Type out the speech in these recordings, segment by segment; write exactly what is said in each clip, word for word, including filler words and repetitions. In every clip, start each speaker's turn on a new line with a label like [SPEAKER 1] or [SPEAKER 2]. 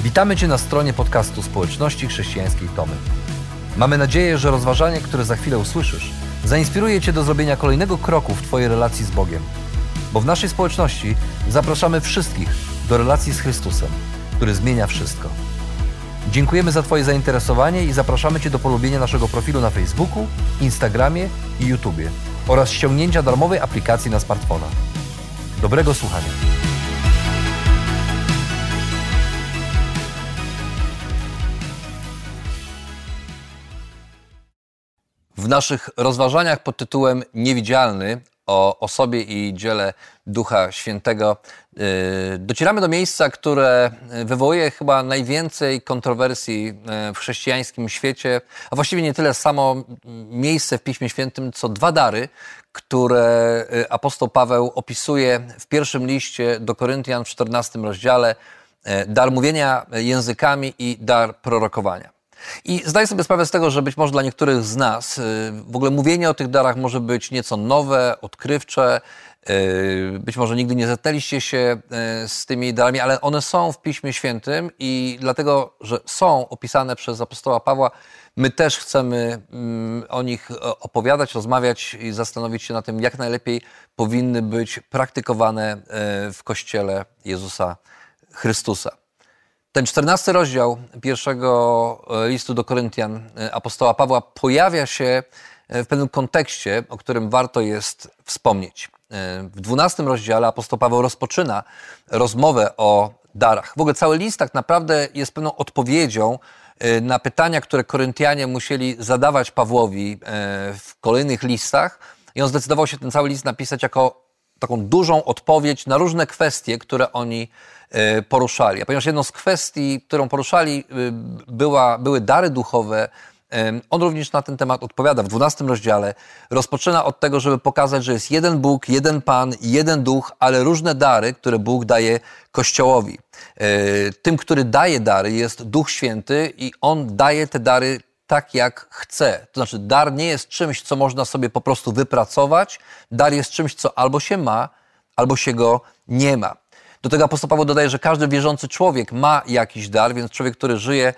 [SPEAKER 1] Witamy Cię na stronie podcastu Społeczności Chrześcijańskiej Tomy. Mamy nadzieję, że rozważanie, które za chwilę usłyszysz, zainspiruje Cię do zrobienia kolejnego kroku w Twojej relacji z Bogiem. Bo w naszej społeczności zapraszamy wszystkich do relacji z Chrystusem, który zmienia wszystko. Dziękujemy za Twoje zainteresowanie i zapraszamy Cię do polubienia naszego profilu na Facebooku, Instagramie i YouTubie oraz ściągnięcia darmowej aplikacji na smartfona. Dobrego słuchania. W naszych rozważaniach pod tytułem Niewidzialny o osobie i dziele Ducha Świętego yy, docieramy do miejsca, które wywołuje chyba najwięcej kontrowersji w chrześcijańskim świecie, a właściwie nie tyle samo miejsce w Piśmie Świętym, co dwa dary, które apostoł Paweł opisuje w pierwszym liście do Koryntian w czternastym rozdziale, dar mówienia językami i dar prorokowania. I zdaję sobie sprawę z tego, że być może dla niektórych z nas w ogóle mówienie o tych darach może być nieco nowe, odkrywcze. Być może nigdy nie zetknęliście się z tymi darami, ale one są w Piśmie Świętym i dlatego, że są opisane przez apostoła Pawła, my też chcemy o nich opowiadać, rozmawiać i zastanowić się nad tym, jak najlepiej powinny być praktykowane w Kościele Jezusa Chrystusa. Ten czternasty rozdział pierwszego listu do Koryntian apostoła Pawła pojawia się w pewnym kontekście, o którym warto jest wspomnieć. W dwunastym rozdziale apostoł Paweł rozpoczyna rozmowę o darach. W ogóle cały list tak naprawdę jest pewną odpowiedzią na pytania, które Koryntianie musieli zadawać Pawłowi w kolejnych listach i on zdecydował się ten cały list napisać jako taką dużą odpowiedź na różne kwestie, które oni poruszali. A ponieważ jedną z kwestii, którą poruszali, była, były dary duchowe, on również na ten temat odpowiada w dwunastym rozdziale. Rozpoczyna od tego, żeby pokazać, że jest jeden Bóg, jeden Pan, jeden Duch, ale różne dary, które Bóg daje Kościołowi. Tym, który daje dary, jest Duch Święty i On daje te dary tak, jak chce. To znaczy, dar nie jest czymś, co można sobie po prostu wypracować. Dar jest czymś, co albo się ma, albo się go nie ma. Do tego apostoł Paweł dodaje, że każdy wierzący człowiek ma jakiś dar, więc człowiek, który żyje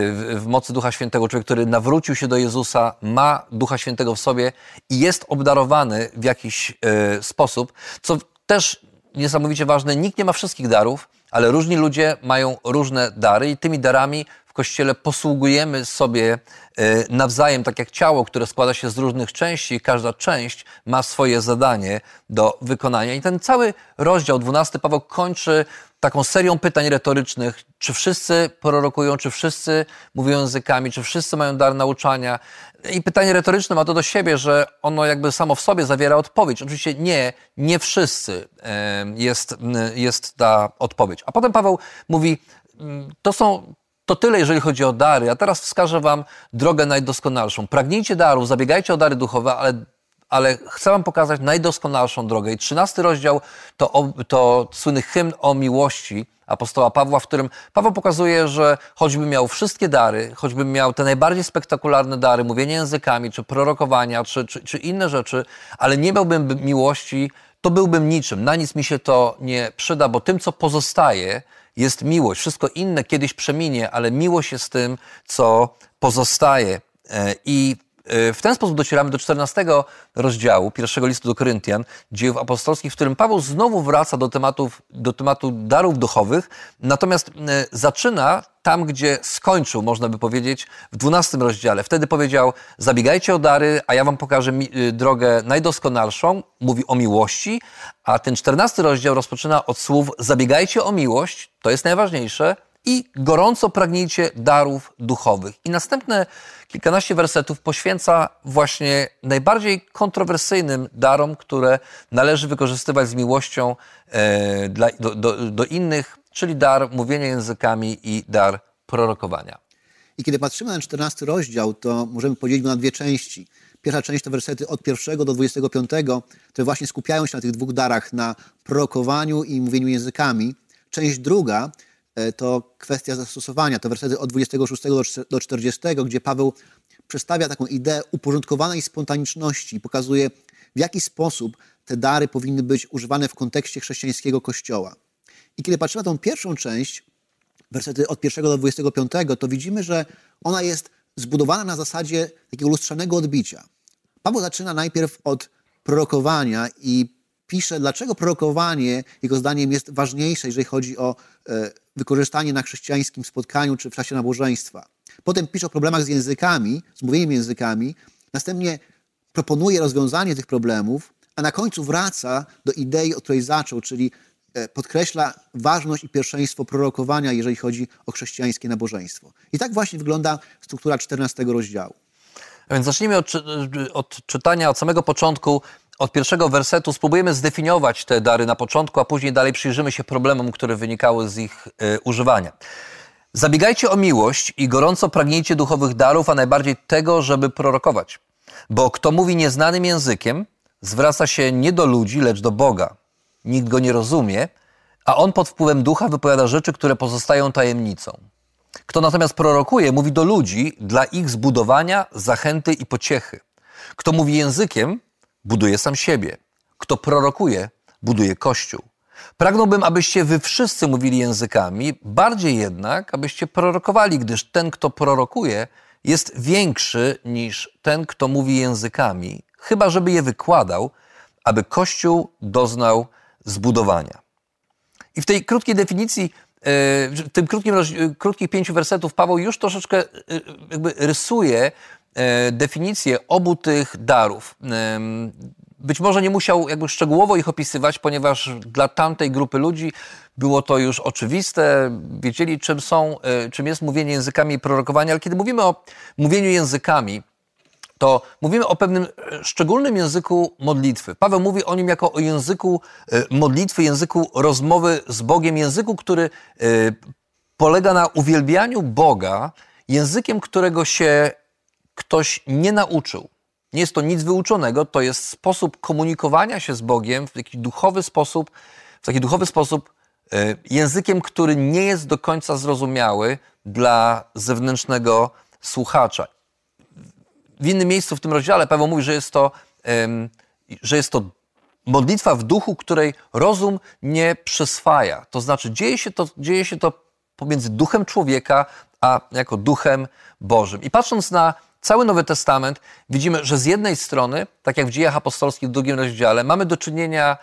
[SPEAKER 1] w mocy Ducha Świętego, człowiek, który nawrócił się do Jezusa, ma Ducha Świętego w sobie i jest obdarowany w jakiś sposób, co też niesamowicie ważne, nikt nie ma wszystkich darów, ale różni ludzie mają różne dary i tymi darami w Kościele posługujemy sobie nawzajem, tak jak ciało, które składa się z różnych części, każda część ma swoje zadanie do wykonania. I ten cały rozdział dwunasty Paweł kończy taką serią pytań retorycznych, czy wszyscy prorokują, czy wszyscy mówią językami, czy wszyscy mają dar nauczania. I pytanie retoryczne ma to do siebie, że ono jakby samo w sobie zawiera odpowiedź. Oczywiście nie, nie wszyscy jest, jest ta odpowiedź. A potem Paweł mówi, to są To tyle, jeżeli chodzi o dary, a teraz wskażę wam drogę najdoskonalszą. Pragnijcie darów, zabiegajcie o dary duchowe, ale, ale chcę wam pokazać najdoskonalszą drogę. I trzynasty rozdział to, to słynny hymn o miłości apostoła Pawła, w którym Paweł pokazuje, że choćby miał wszystkie dary, choćby miał te najbardziej spektakularne dary, mówienie językami, czy prorokowania, czy, czy, czy inne rzeczy, ale nie miałbym miłości, to byłbym niczym. Na nic mi się to nie przyda, bo tym, co pozostaje, jest miłość. Wszystko inne kiedyś przeminie, ale miłość jest tym, co pozostaje. I w ten sposób docieramy do czternastego rozdziału pierwszego listu do Koryntian, Dziejów Apostolskich, w którym Paweł znowu wraca do tematów, do tematu darów duchowych, natomiast zaczyna tam, gdzie skończył, można by powiedzieć, w dwunastym rozdziale. Wtedy powiedział, zabiegajcie o dary, a ja wam pokażę mi, drogę najdoskonalszą. Mówi o miłości, a ten czternasty rozdział rozpoczyna od słów zabiegajcie o miłość, to jest najważniejsze, i gorąco pragnijcie darów duchowych. I następne kilkanaście wersetów poświęca właśnie najbardziej kontrowersyjnym darom, które należy wykorzystywać z miłością e, dla, do, do, do innych, czyli dar mówienia językami i dar prorokowania.
[SPEAKER 2] I kiedy patrzymy na czternasty rozdział, to możemy podzielić go na dwie części. Pierwsza część to wersety od pierwszego do dwudziestego piątego, które właśnie skupiają się na tych dwóch darach, na prorokowaniu i mówieniu językami. Część druga to kwestia zastosowania, to wersety od dwudziestego szóstego do czterdziestego, gdzie Paweł przedstawia taką ideę uporządkowanej spontaniczności i pokazuje, w jaki sposób te dary powinny być używane w kontekście chrześcijańskiego Kościoła. I kiedy patrzymy na tą pierwszą część, wersety od pierwszego do dwudziestego piątego, to widzimy, że ona jest zbudowana na zasadzie takiego lustrzanego odbicia. Paweł zaczyna najpierw od prorokowania i pisze, dlaczego prorokowanie, jego zdaniem, jest ważniejsze, jeżeli chodzi o e, wykorzystanie na chrześcijańskim spotkaniu czy w czasie nabożeństwa. Potem pisze o problemach z językami, z mówieniem językami, następnie proponuje rozwiązanie tych problemów, a na końcu wraca do idei, od której zaczął, czyli e, podkreśla ważność i pierwszeństwo prorokowania, jeżeli chodzi o chrześcijańskie nabożeństwo. I tak właśnie wygląda struktura czternastego rozdziału.
[SPEAKER 1] A więc zacznijmy od, od czytania od samego początku, od pierwszego wersetu. Spróbujemy zdefiniować te dary na początku, a później dalej przyjrzymy się problemom, które wynikały z ich y, używania. Zabiegajcie o miłość i gorąco pragnijcie duchowych darów, a najbardziej tego, żeby prorokować. Bo kto mówi nieznanym językiem, zwraca się nie do ludzi, lecz do Boga. Nikt go nie rozumie, a on pod wpływem ducha wypowiada rzeczy, które pozostają tajemnicą. Kto natomiast prorokuje, mówi do ludzi dla ich zbudowania, zachęty i pociechy. Kto mówi językiem, buduje sam siebie. Kto prorokuje, buduje Kościół. Pragnąłbym, abyście wy wszyscy mówili językami, bardziej jednak, abyście prorokowali, gdyż ten, kto prorokuje, jest większy niż ten, kto mówi językami, chyba żeby je wykładał, aby Kościół doznał zbudowania. I w tej krótkiej definicji, w tym krótkim, krótkich pięciu wersetów Paweł już troszeczkę jakby rysuje definicję obu tych darów. Być może nie musiał jakby szczegółowo ich opisywać, ponieważ dla tamtej grupy ludzi było to już oczywiste, wiedzieli czym są, czym jest mówienie językami i prorokowanie, ale kiedy mówimy o mówieniu językami, to mówimy o pewnym szczególnym języku modlitwy. Paweł mówi o nim jako o języku modlitwy, języku rozmowy z Bogiem, języku, który polega na uwielbianiu Boga, językiem, którego się ktoś nie nauczył. Nie jest to nic wyuczonego, to jest sposób komunikowania się z Bogiem w taki duchowy sposób, w taki duchowy sposób językiem, który nie jest do końca zrozumiały dla zewnętrznego słuchacza. W innym miejscu w tym rozdziale Paweł mówi, że jest to, że jest to modlitwa w duchu, której rozum nie przyswaja. To znaczy dzieje się to, dzieje się to pomiędzy duchem człowieka, a jako duchem Bożym. I patrząc na cały Nowy Testament, widzimy, że z jednej strony, tak jak w Dziejach Apostolskich w drugim rozdziale, mamy do czynienia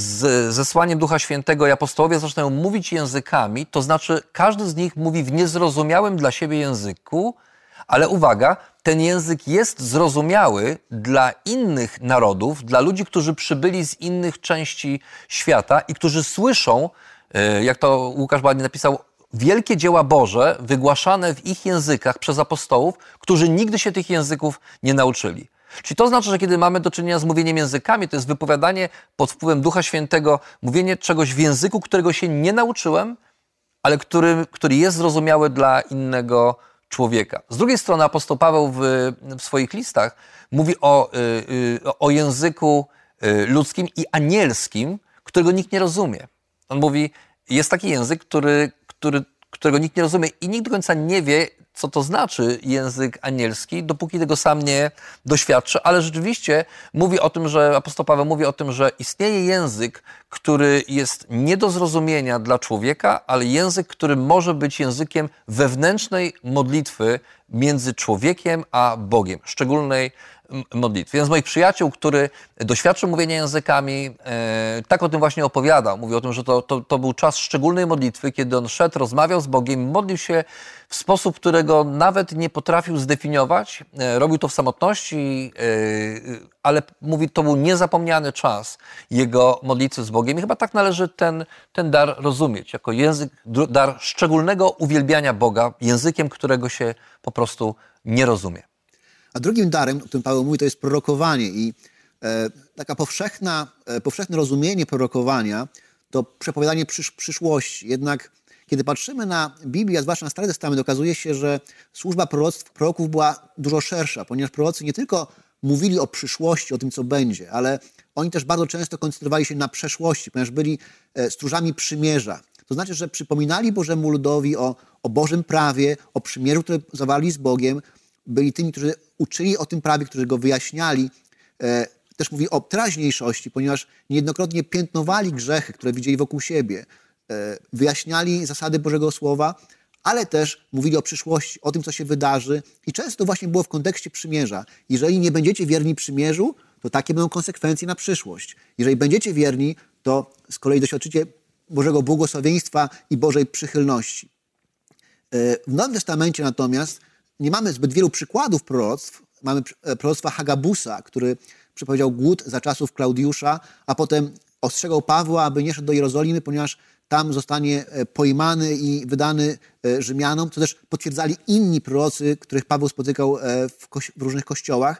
[SPEAKER 1] z zesłaniem Ducha Świętego i apostołowie zaczynają mówić językami, to znaczy każdy z nich mówi w niezrozumiałym dla siebie języku, ale uwaga, ten język jest zrozumiały dla innych narodów, dla ludzi, którzy przybyli z innych części świata i którzy słyszą, jak to Łukasz ładnie napisał, wielkie dzieła Boże wygłaszane w ich językach przez apostołów, którzy nigdy się tych języków nie nauczyli. Czyli to znaczy, że kiedy mamy do czynienia z mówieniem językami, to jest wypowiadanie pod wpływem Ducha Świętego, mówienie czegoś w języku, którego się nie nauczyłem, ale który, który jest zrozumiały dla innego człowieka. Z drugiej strony apostoł Paweł w, w swoich listach mówi o, o języku ludzkim i anielskim, którego nikt nie rozumie. On mówi, jest taki język, który, który, którego nikt nie rozumie i nikt do końca nie wie, co to znaczy język anielski, dopóki tego sam nie doświadczy, ale rzeczywiście mówi o tym, że apostoł Paweł mówi o tym, że istnieje język, który jest nie do zrozumienia dla człowieka, ale język, który może być językiem wewnętrznej modlitwy między człowiekiem a Bogiem, szczególnej modlitwy. Jeden z moich przyjaciół, który doświadczył mówienia językami, e, tak o tym właśnie opowiadał. Mówi o tym, że to, to, to był czas szczególnej modlitwy, kiedy on szedł, rozmawiał z Bogiem, modlił się w sposób, którego nawet nie potrafił zdefiniować. E, robił to w samotności, e, ale mówi, to był niezapomniany czas jego modlitwy z Bogiem. I chyba tak należy ten, ten dar rozumieć, jako język, dar szczególnego uwielbiania Boga, językiem, którego się po prostu nie rozumie.
[SPEAKER 2] A drugim darem, o którym Paweł mówi, to jest prorokowanie. I e, taka powszechna, e, powszechne rozumienie prorokowania to przepowiadanie przysz, przyszłości. Jednak kiedy patrzymy na Biblię, a zwłaszcza na Stary Testament, okazuje się, że służba proroctw, proroków była dużo szersza, ponieważ prorocy nie tylko mówili o przyszłości, o tym, co będzie, ale oni też bardzo często koncentrowali się na przeszłości, ponieważ byli e, stróżami przymierza. To znaczy, że przypominali Bożemu ludowi o, o Bożym prawie, o przymierzu, które zawarli z Bogiem, byli tymi, którzy uczyli o tym prawie, którzy go wyjaśniali. E, też mówi o teraźniejszości, ponieważ niejednokrotnie piętnowali grzechy, które widzieli wokół siebie. E, wyjaśniali zasady Bożego Słowa, ale też mówili o przyszłości, o tym, co się wydarzy i często to właśnie było w kontekście przymierza. Jeżeli nie będziecie wierni przymierzu, to takie będą konsekwencje na przyszłość. Jeżeli będziecie wierni, to z kolei doświadczycie Bożego błogosławieństwa i Bożej przychylności. W Nowym Testamencie natomiast nie mamy zbyt wielu przykładów proroctw. Mamy proroctwa Hagabusa, który przepowiedział głód za czasów Klaudiusza, a potem ostrzegał Pawła, aby nie szedł do Jerozolimy, ponieważ tam zostanie pojmany i wydany Rzymianom, co też potwierdzali inni prorocy, których Paweł spotykał w, kości- w różnych kościołach.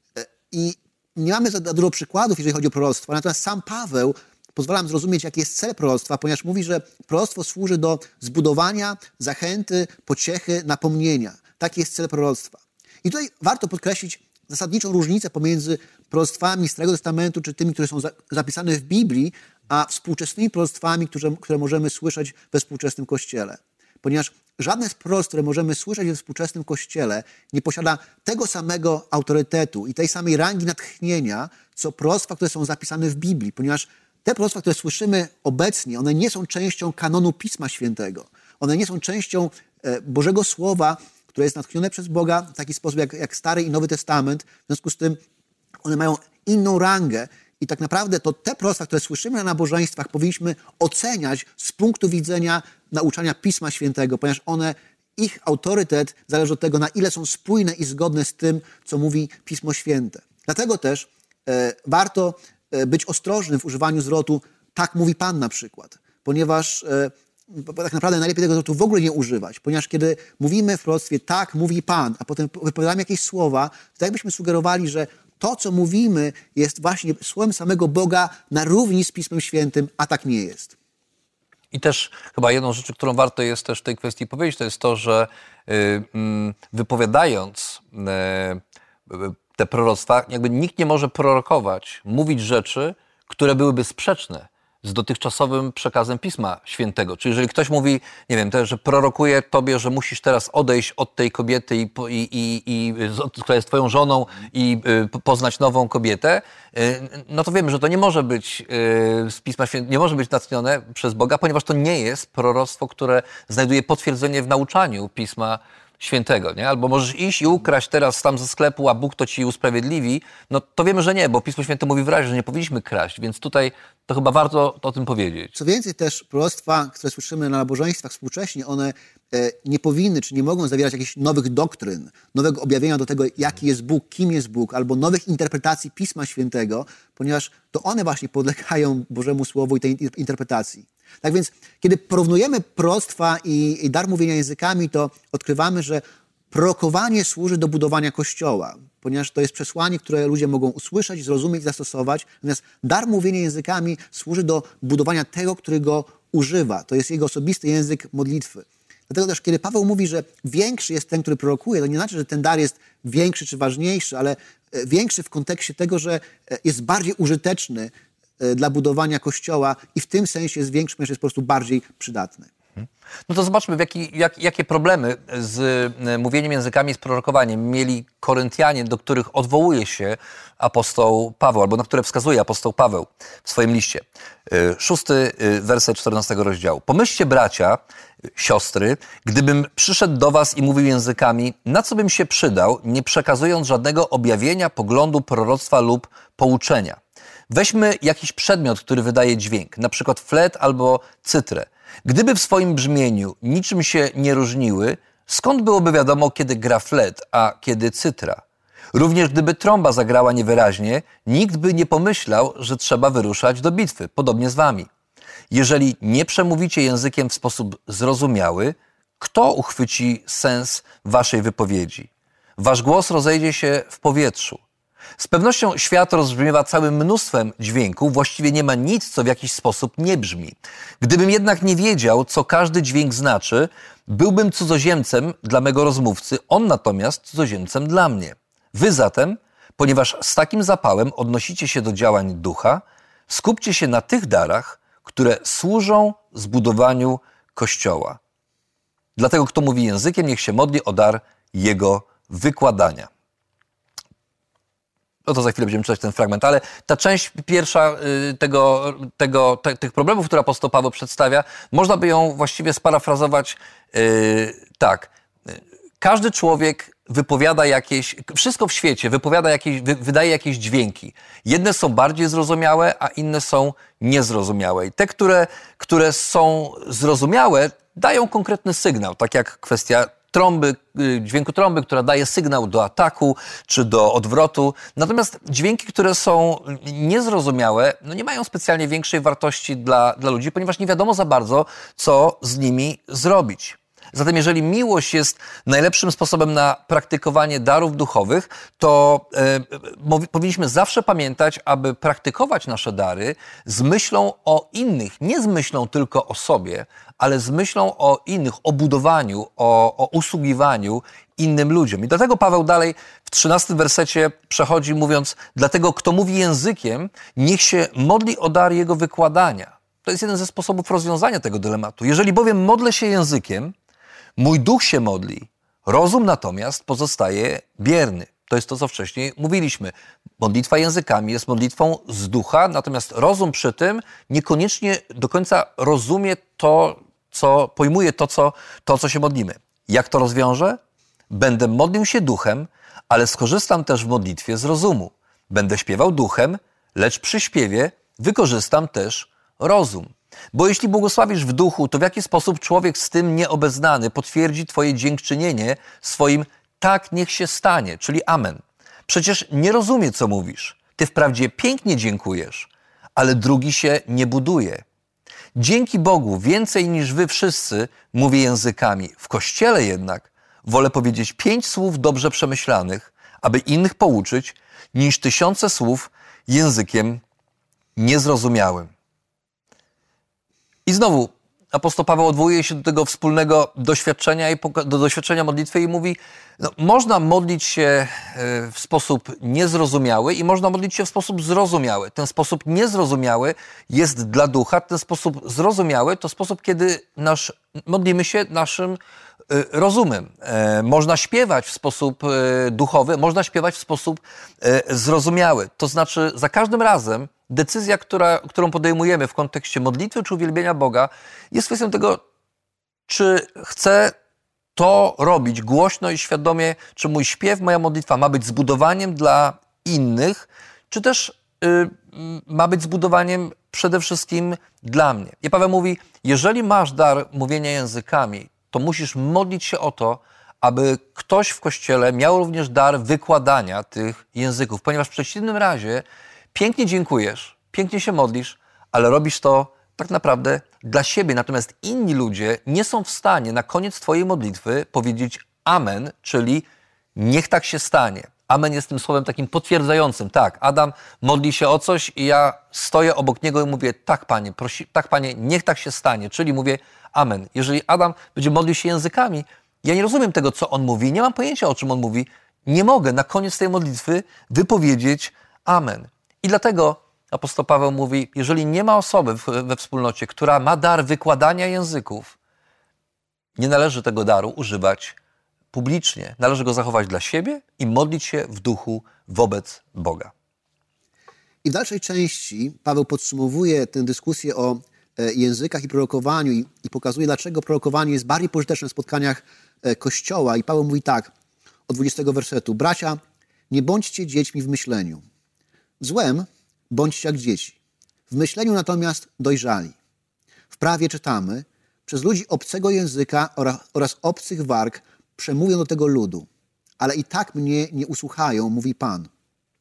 [SPEAKER 2] I nie mamy za dużo przykładów, jeżeli chodzi o proroctwo, natomiast sam Paweł pozwala nam zrozumieć, jaki jest cel proroctwa, ponieważ mówi, że proroctwo służy do zbudowania, zachęty, pociechy, napomnienia. Taki jest cel proroctwa. I tutaj warto podkreślić zasadniczą różnicę pomiędzy proroctwami Starego Testamentu, czy tymi, które są za, zapisane w Biblii, a współczesnymi proroctwami, które, które możemy słyszeć we współczesnym Kościele. Ponieważ żadne z proroctw, które możemy słyszeć we współczesnym Kościele, nie posiada tego samego autorytetu i tej samej rangi natchnienia, co proroctwa, które są zapisane w Biblii. Ponieważ te proroctwa, które słyszymy obecnie, one nie są częścią kanonu Pisma Świętego. One nie są częścią e, Bożego Słowa, które jest natchnione przez Boga w taki sposób jak, jak Stary i Nowy Testament. W związku z tym one mają inną rangę i tak naprawdę to te proroctwa, które słyszymy na nabożeństwach, powinniśmy oceniać z punktu widzenia nauczania Pisma Świętego, ponieważ one, ich autorytet zależy od tego, na ile są spójne i zgodne z tym, co mówi Pismo Święte. Dlatego też e, warto e, być ostrożnym w używaniu zwrotu tak mówi Pan na przykład, ponieważ e, tak naprawdę najlepiej tego zwrotu w ogóle nie używać, ponieważ kiedy mówimy w proroctwie tak mówi Pan, a potem wypowiadamy jakieś słowa, to tak jakbyśmy sugerowali, że to, co mówimy, jest właśnie słowem samego Boga na równi z Pismem Świętym, a tak nie jest.
[SPEAKER 1] I też chyba jedną rzecz, którą warto jest też w tej kwestii powiedzieć, to jest to, że y, wypowiadając y, te proroctwa, jakby nikt nie może prorokować, mówić rzeczy, które byłyby sprzeczne z dotychczasowym przekazem Pisma Świętego. Czyli jeżeli ktoś mówi, nie wiem, to, że prorokuje tobie, że musisz teraz odejść od tej kobiety, i, i, i, i, która jest twoją żoną i y, poznać nową kobietę, y, no to wiemy, że to nie może być y, z Pisma Świętego, nie może być natchnione przez Boga, ponieważ to nie jest proroctwo, które znajduje potwierdzenie w nauczaniu Pisma Świętego, nie? Albo możesz iść i ukraść teraz tam ze sklepu, a Bóg to ci usprawiedliwi. No to wiemy, że nie, bo Pismo Święte mówi wyraźnie, że nie powinniśmy kraść, więc tutaj to chyba warto o tym powiedzieć.
[SPEAKER 2] Co więcej, też proroctwa, które słyszymy na nabożeństwach współcześnie, one e, nie powinny, czy nie mogą zawierać jakichś nowych doktryn, nowego objawienia do tego, jaki jest Bóg, kim jest Bóg, albo nowych interpretacji Pisma Świętego, ponieważ to one właśnie podlegają Bożemu Słowu i tej interpretacji. Tak więc, kiedy porównujemy proroctwa i, i dar mówienia językami, to odkrywamy, że prorokowanie służy do budowania Kościoła, ponieważ to jest przesłanie, które ludzie mogą usłyszeć, zrozumieć, zastosować. Natomiast dar mówienia językami służy do budowania tego, który go używa. To jest jego osobisty język modlitwy. Dlatego też, kiedy Paweł mówi, że większy jest ten, który prorokuje, to nie znaczy, że ten dar jest większy czy ważniejszy, ale większy w kontekście tego, że jest bardziej użyteczny dla budowania Kościoła i w tym sensie jest większy, ponieważ jest po prostu bardziej przydatny.
[SPEAKER 1] No to zobaczmy, w jaki, jak, jakie problemy z mówieniem językami, z prorokowaniem mieli Koryntianie, do których odwołuje się apostoł Paweł, albo na które wskazuje apostoł Paweł w swoim liście. Szósty werset czternastego rozdziału. Pomyślcie, bracia, siostry, gdybym przyszedł do was i mówił językami, na co bym się przydał, nie przekazując żadnego objawienia, poglądu, proroctwa lub pouczenia. Weźmy jakiś przedmiot, który wydaje dźwięk, na przykład flet albo cytrę. Gdyby w swoim brzmieniu niczym się nie różniły, skąd byłoby wiadomo, kiedy gra flet, a kiedy cytra? Również gdyby trąba zagrała niewyraźnie, nikt by nie pomyślał, że trzeba wyruszać do bitwy, podobnie z wami. Jeżeli nie przemówicie językiem w sposób zrozumiały, kto uchwyci sens waszej wypowiedzi? Wasz głos rozejdzie się w powietrzu. Z pewnością świat rozbrzmiewa całym mnóstwem dźwięków, właściwie nie ma nic, co w jakiś sposób nie brzmi. Gdybym jednak nie wiedział, co każdy dźwięk znaczy, byłbym cudzoziemcem dla mego rozmówcy, on natomiast cudzoziemcem dla mnie. Wy zatem, ponieważ z takim zapałem odnosicie się do działań ducha, skupcie się na tych darach, które służą zbudowaniu Kościoła. Dlatego, kto mówi językiem, niech się modli o dar jego wykładania. No to za chwilę będziemy czytać ten fragment, ale ta część pierwsza y, tego, tego, te, tych problemów, które apostoł Paweł przedstawia, można by ją właściwie sparafrazować y, tak. Każdy człowiek wypowiada jakieś, wszystko w świecie wypowiada jakieś, wy, wydaje jakieś dźwięki. Jedne są bardziej zrozumiałe, a inne są niezrozumiałe. I te, które, które są zrozumiałe, dają konkretny sygnał, tak jak kwestia trąby, dźwięku trąby, która daje sygnał do ataku czy do odwrotu. Natomiast dźwięki, które są niezrozumiałe, no nie mają specjalnie większej wartości dla, dla ludzi, ponieważ nie wiadomo za bardzo, co z nimi zrobić. Zatem jeżeli miłość jest najlepszym sposobem na praktykowanie darów duchowych, to e, powinniśmy zawsze pamiętać, aby praktykować nasze dary z myślą o innych, nie z myślą tylko o sobie, ale z myślą o innych, o budowaniu, o, o usługiwaniu innym ludziom. I dlatego Paweł dalej w trzynastym wersecie przechodzi mówiąc, dlatego kto mówi językiem, niech się modli o dar jego wykładania. To jest jeden ze sposobów rozwiązania tego dylematu. Jeżeli bowiem modlę się językiem, mój duch się modli, rozum natomiast pozostaje bierny. To jest to, co wcześniej mówiliśmy. Modlitwa językami jest modlitwą z ducha, natomiast rozum przy tym niekoniecznie do końca rozumie to, co pojmuje to, co, to, co się modlimy. Jak to rozwiążę? Będę modlił się duchem, ale skorzystam też w modlitwie z rozumu. Będę śpiewał duchem, lecz przy śpiewie wykorzystam też rozum. Bo jeśli błogosławisz w duchu, to w jaki sposób człowiek z tym nieobeznany potwierdzi twoje dziękczynienie swoim tak niech się stanie, czyli amen. Przecież nie rozumie, co mówisz. Ty wprawdzie pięknie dziękujesz, ale drugi się nie buduje. Dzięki Bogu więcej niż wy wszyscy mówię językami. W Kościele jednak wolę powiedzieć pięć słów dobrze przemyślanych, aby innych pouczyć, niż tysiące słów językiem niezrozumiałym. I znowu apostoł Paweł odwołuje się do tego wspólnego doświadczenia i do doświadczenia modlitwy i mówi, no, można modlić się w sposób niezrozumiały i można modlić się w sposób zrozumiały. Ten sposób niezrozumiały jest dla ducha, ten sposób zrozumiały to sposób, kiedy nasz, modlimy się naszym rozumem. Można śpiewać w sposób duchowy, można śpiewać w sposób zrozumiały. To znaczy za każdym razem decyzja, która, którą podejmujemy w kontekście modlitwy czy uwielbienia Boga, jest kwestią tego, czy chcę to robić głośno i świadomie, czy mój śpiew, moja modlitwa ma być zbudowaniem dla innych, czy też y, ma być zbudowaniem przede wszystkim dla mnie. I Paweł mówi, jeżeli masz dar mówienia językami, to musisz modlić się o to, aby ktoś w Kościele miał również dar wykładania tych języków, ponieważ w przeciwnym razie pięknie dziękujesz, pięknie się modlisz, ale robisz to tak naprawdę dla siebie. Natomiast inni ludzie nie są w stanie na koniec twojej modlitwy powiedzieć amen, czyli niech tak się stanie. Amen jest tym słowem takim potwierdzającym. Tak, Adam modli się o coś i ja stoję obok niego i mówię tak, Panie, prosi, tak, Panie, niech tak się stanie. Czyli mówię amen. Jeżeli Adam będzie modlił się językami, ja nie rozumiem tego, co on mówi, nie mam pojęcia, o czym on mówi. Nie mogę na koniec tej modlitwy wypowiedzieć amen. I dlatego apostoł Paweł mówi, jeżeli nie ma osoby we wspólnocie, która ma dar wykładania języków, nie należy tego daru używać publicznie. Należy go zachować dla siebie i modlić się w duchu wobec Boga.
[SPEAKER 2] I w dalszej części Paweł podsumowuje tę dyskusję o językach i prorokowaniu i, i pokazuje, dlaczego prorokowanie jest bardziej pożyteczne w spotkaniach Kościoła. I Paweł mówi tak, od dwudziestego wersetu. Bracia, nie bądźcie dziećmi w myśleniu. W złem bądźcie jak dzieci. W myśleniu natomiast dojrzali. W prawie czytamy, przez ludzi obcego języka oraz, oraz obcych warg przemówią do tego ludu, ale i tak mnie nie usłuchają, mówi Pan.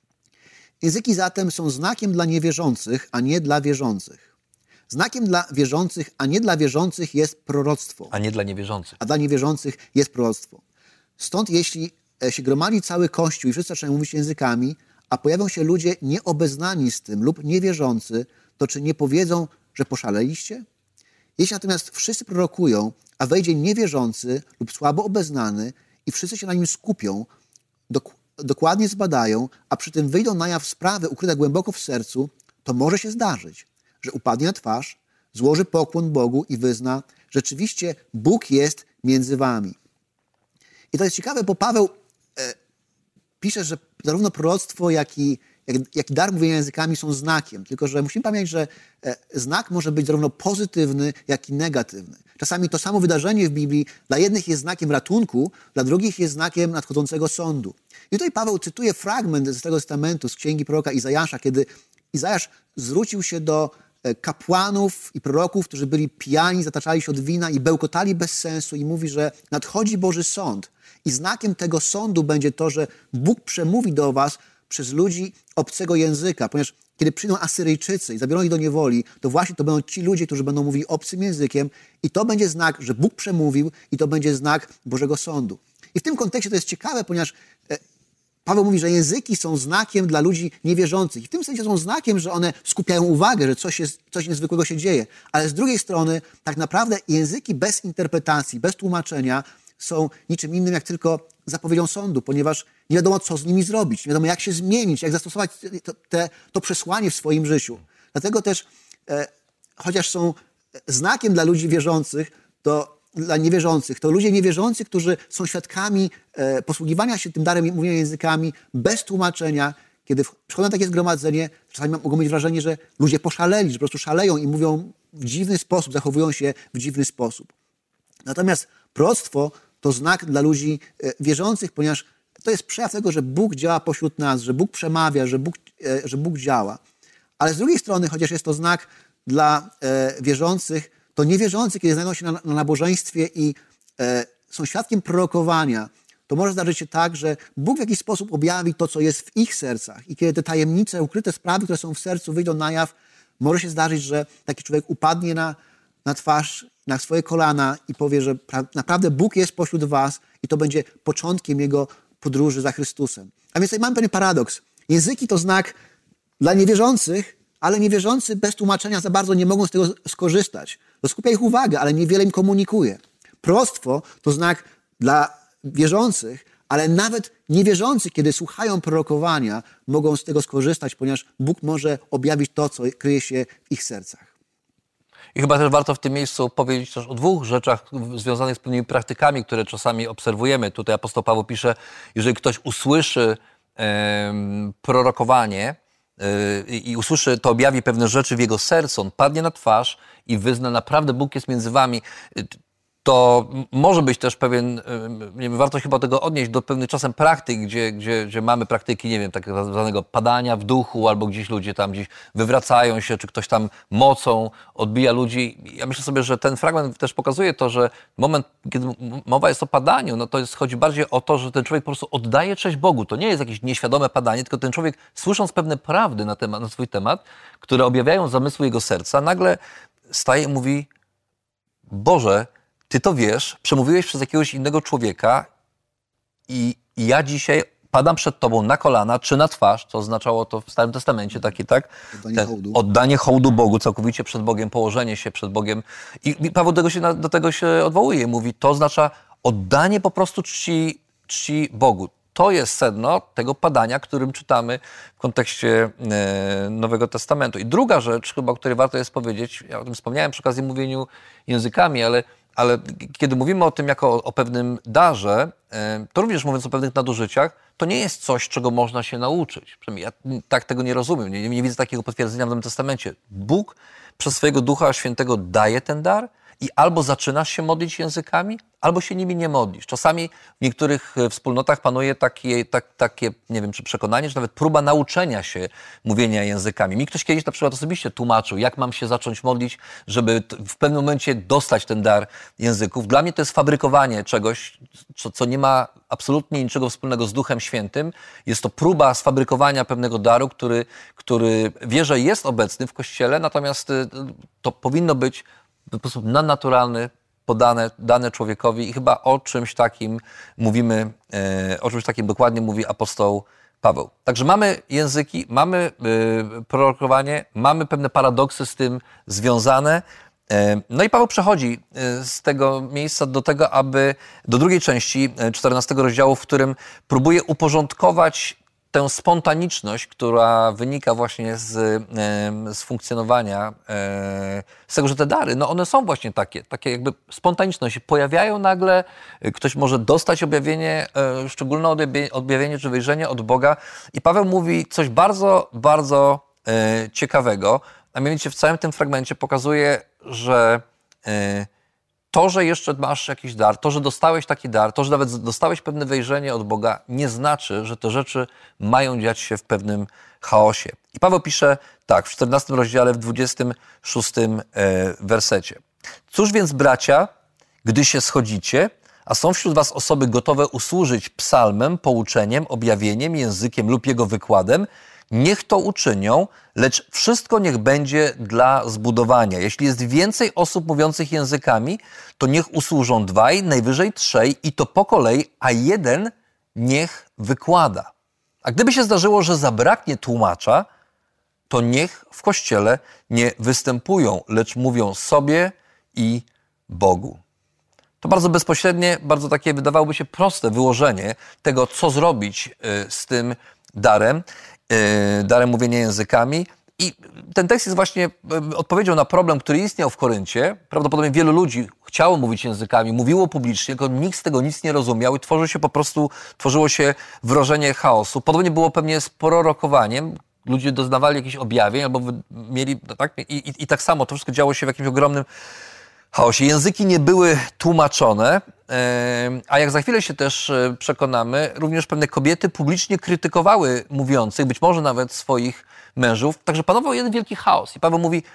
[SPEAKER 2] Języki zatem są znakiem dla niewierzących, a nie dla wierzących. Znakiem dla wierzących, a nie dla wierzących jest proroctwo.
[SPEAKER 1] A nie dla niewierzących.
[SPEAKER 2] A dla niewierzących jest proroctwo. Stąd jeśli się gromadzi cały Kościół i wszyscy zaczynają mówić językami, a pojawią się ludzie nieobeznani z tym lub niewierzący, to czy nie powiedzą, że poszaleliście? Jeśli natomiast wszyscy prorokują, a wejdzie niewierzący lub słabo obeznany i wszyscy się na nim skupią, dok- dokładnie zbadają, a przy tym wyjdą na jaw sprawy ukryte głęboko w sercu, to może się zdarzyć, że upadnie na twarz, złoży pokłon Bogu i wyzna, rzeczywiście Bóg jest między wami. I to jest ciekawe, bo Paweł e, pisze, że zarówno proroctwo, jak i, jak, jak i dar mówienia językami są znakiem. Tylko że musimy pamiętać, że znak może być zarówno pozytywny, jak i negatywny. Czasami to samo wydarzenie w Biblii dla jednych jest znakiem ratunku, dla drugich jest znakiem nadchodzącego sądu. I tutaj Paweł cytuje fragment z Starego Testamentu, z księgi proroka Izajasza, kiedy Izajasz zwrócił się do kapłanów i proroków, którzy byli pijani, zataczali się od wina i bełkotali bez sensu i mówi, że nadchodzi Boży sąd i znakiem tego sądu będzie to, że Bóg przemówi do was przez ludzi obcego języka, ponieważ kiedy przyjdą Asyryjczycy i zabiorą ich do niewoli, to właśnie to będą ci ludzie, którzy będą mówili obcym językiem i to będzie znak, że Bóg przemówił i to będzie znak Bożego sądu. I w tym kontekście to jest ciekawe, ponieważ Paweł mówi, że języki są znakiem dla ludzi niewierzących. I w tym sensie są znakiem, że one skupiają uwagę, że coś, jest, coś niezwykłego się dzieje. Ale z drugiej strony tak naprawdę języki bez interpretacji, bez tłumaczenia są niczym innym jak tylko zapowiedzią sądu, ponieważ nie wiadomo, co z nimi zrobić, nie wiadomo, jak się zmienić, jak zastosować to, te, to przesłanie w swoim życiu. Dlatego też, e, chociaż są znakiem dla ludzi wierzących, to dla niewierzących, to ludzie niewierzący, którzy są świadkami e, posługiwania się tym darem mówienia językami bez tłumaczenia, kiedy przychodzą na takie zgromadzenie, czasami mogą mieć wrażenie, że ludzie poszaleli, że po prostu szaleją i mówią w dziwny sposób, zachowują się w dziwny sposób. Natomiast proroctwo to znak dla ludzi e, wierzących, ponieważ to jest przejaw tego, że Bóg działa pośród nas, że Bóg przemawia, że Bóg, e, że Bóg działa. Ale z drugiej strony, chociaż jest to znak dla e, wierzących, to niewierzący, kiedy znajdą się na, na nabożeństwie i e, są świadkiem prorokowania, to może zdarzyć się tak, że Bóg w jakiś sposób objawi to, co jest w ich sercach. I kiedy te tajemnice, ukryte sprawy, które są w sercu, wyjdą na jaw, może się zdarzyć, że taki człowiek upadnie na, na twarz, na swoje kolana i powie, że pra, naprawdę Bóg jest pośród was i to będzie początkiem jego podróży za Chrystusem. A więc tutaj mamy pewien paradoks. Języki to znak dla niewierzących, ale niewierzący bez tłumaczenia za bardzo nie mogą z tego skorzystać. To skupia ich uwagę, ale niewiele im komunikuje. Proroctwo to znak dla wierzących, ale nawet niewierzący, kiedy słuchają prorokowania, mogą z tego skorzystać, ponieważ Bóg może objawić to, co kryje się w ich sercach.
[SPEAKER 1] I chyba też warto w tym miejscu powiedzieć też o dwóch rzeczach związanych z pewnymi praktykami, które czasami obserwujemy. Tutaj apostoł Paweł pisze, jeżeli ktoś usłyszy um, prorokowanie, i usłyszy, to objawi pewne rzeczy w jego sercu, on padnie na twarz i wyzna, naprawdę Bóg jest między wami. To może być też pewien, nie wiem, warto chyba tego odnieść do pewnych czasem praktyk, gdzie, gdzie, gdzie mamy praktyki, nie wiem, takiego zwanego padania w duchu, albo gdzieś ludzie tam gdzieś wywracają się, czy ktoś tam mocą odbija ludzi. Ja myślę sobie, że ten fragment też pokazuje to, że moment, kiedy mowa jest o padaniu, no to jest, chodzi bardziej o to, że ten człowiek po prostu oddaje cześć Bogu. To nie jest jakieś nieświadome padanie, tylko ten człowiek, słysząc pewne prawdy na, temat, na swój temat, które objawiają zamysły jego serca, nagle staje i mówi: Boże, Ty to wiesz, przemówiłeś przez jakiegoś innego człowieka i, i ja dzisiaj padam przed Tobą na kolana czy na twarz, co oznaczało to w Starym Testamencie, taki, tak?
[SPEAKER 2] Oddanie
[SPEAKER 1] Ten,
[SPEAKER 2] hołdu.
[SPEAKER 1] Oddanie hołdu Bogu, całkowicie przed Bogiem, położenie się przed Bogiem. I, i Paweł do tego, się, do tego się odwołuje. Mówi, to oznacza oddanie po prostu czci, czci Bogu. To jest sedno tego padania, którym czytamy w kontekście e, Nowego Testamentu. I druga rzecz, chyba o której warto jest powiedzieć, ja o tym wspomniałem przy okazji mówieniu językami, ale Ale kiedy mówimy o tym jako o, o pewnym darze, to również mówiąc o pewnych nadużyciach, to nie jest coś, czego można się nauczyć. Przynajmniej ja tak tego nie rozumiem. Nie, nie widzę takiego potwierdzenia w Nowym Testamencie. Bóg przez swojego Ducha Świętego daje ten dar i albo zaczynasz się modlić językami, albo się nimi nie modlisz. Czasami w niektórych wspólnotach panuje takie, tak, takie, nie wiem, czy przekonanie, że nawet próba nauczenia się mówienia językami. Mi ktoś kiedyś na przykład osobiście tłumaczył, jak mam się zacząć modlić, żeby w pewnym momencie dostać ten dar języków. Dla mnie to jest fabrykowanie czegoś, co, co nie ma absolutnie niczego wspólnego z Duchem Świętym. Jest to próba sfabrykowania pewnego daru, który, który wierzę jest obecny w Kościele, natomiast to powinno być w sposób nadnaturalny, podane, dane człowiekowi i chyba o czymś takim mówimy, e, o czymś takim dokładnie mówi apostoł Paweł. Także mamy języki, mamy e, prorokowanie, mamy pewne paradoksy z tym związane. E, no i Paweł przechodzi e, z tego miejsca do tego, aby do drugiej części czternastego rozdziału, w którym próbuje uporządkować tę spontaniczność, która wynika właśnie z, z funkcjonowania, z tego, że te dary, no one są właśnie takie, takie jakby spontaniczne, się pojawiają nagle, ktoś może dostać objawienie, szczególne objawienie czy wyjrzenie od Boga. I Paweł mówi coś bardzo, bardzo ciekawego, a mianowicie w całym tym fragmencie pokazuje, że to, że jeszcze masz jakiś dar, to, że dostałeś taki dar, to, że nawet dostałeś pewne wejrzenie od Boga, nie znaczy, że te rzeczy mają dziać się w pewnym chaosie. I Paweł pisze tak, w czternastym rozdziale, w dwudziestym szóstym wersecie. Cóż więc, bracia, gdy się schodzicie, a są wśród was osoby gotowe usłużyć psalmem, pouczeniem, objawieniem, językiem lub jego wykładem, niech to uczynią, lecz wszystko niech będzie dla zbudowania. Jeśli jest więcej osób mówiących językami, to niech usłużą dwaj, najwyżej trzej i to po kolei, a jeden niech wykłada. A gdyby się zdarzyło, że zabraknie tłumacza, to niech w Kościele nie występują, lecz mówią sobie i Bogu. To bardzo bezpośrednie, bardzo takie wydawałoby się proste wyłożenie tego, co zrobić z tym darem. darem mówienia językami. I ten tekst jest właśnie odpowiedzią na problem, który istniał w Koryncie. Prawdopodobnie wielu ludzi chciało mówić językami, mówiło publicznie, tylko nikt z tego nic nie rozumiał i tworzy się po prostu, tworzyło się wrażenie chaosu. Podobnie było pewnie z prorokowaniem. Ludzie doznawali jakichś objawień albo mieli, tak? I, i, i tak samo to wszystko działo się w jakimś ogromnym chaosie. Języki nie były tłumaczone, a jak za chwilę się też przekonamy, również pewne kobiety publicznie krytykowały mówiących, być może nawet swoich mężów. Także panował jeden wielki chaos. I Paweł mówi,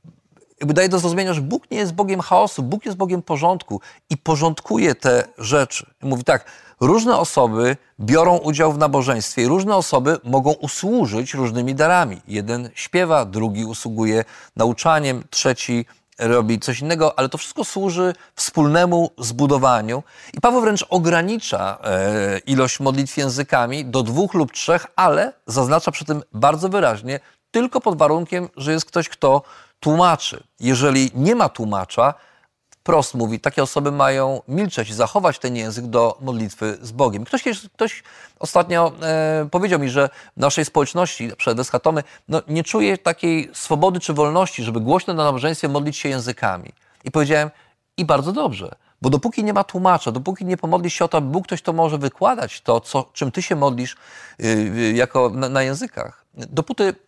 [SPEAKER 1] jakby daje do zrozumienia, że Bóg nie jest Bogiem chaosu, Bóg jest Bogiem porządku i porządkuje te rzeczy. I mówi tak, różne osoby biorą udział w nabożeństwie i różne osoby mogą usłużyć różnymi darami. Jeden śpiewa, drugi usługuje nauczaniem, trzeci robi coś innego, ale to wszystko służy wspólnemu zbudowaniu. I Paweł wręcz ogranicza e, ilość modlitw językami do dwóch lub trzech, ale zaznacza przy tym bardzo wyraźnie, tylko pod warunkiem, że jest ktoś, kto tłumaczy. Jeżeli nie ma tłumacza, wprost mówi, takie osoby mają milczeć i zachować ten język do modlitwy z Bogiem. Ktoś, ktoś ostatnio e, powiedział mi, że w naszej społeczności, przed Eschatomy, no, nie czuje takiej swobody czy wolności, żeby głośno na nabożeństwie modlić się językami. I powiedziałem, i bardzo dobrze, bo dopóki nie ma tłumacza, dopóki nie pomodlisz się o to, aby Bóg ktoś to może wykładać, to co, czym ty się modlisz yy, jako na, na językach, dopóty yy,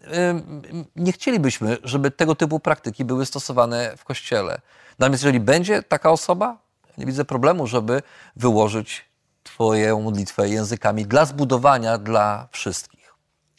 [SPEAKER 1] nie chcielibyśmy, żeby tego typu praktyki były stosowane w Kościele. Natomiast jeżeli będzie taka osoba, nie widzę problemu, żeby wyłożyć twoją modlitwę językami dla zbudowania dla wszystkich.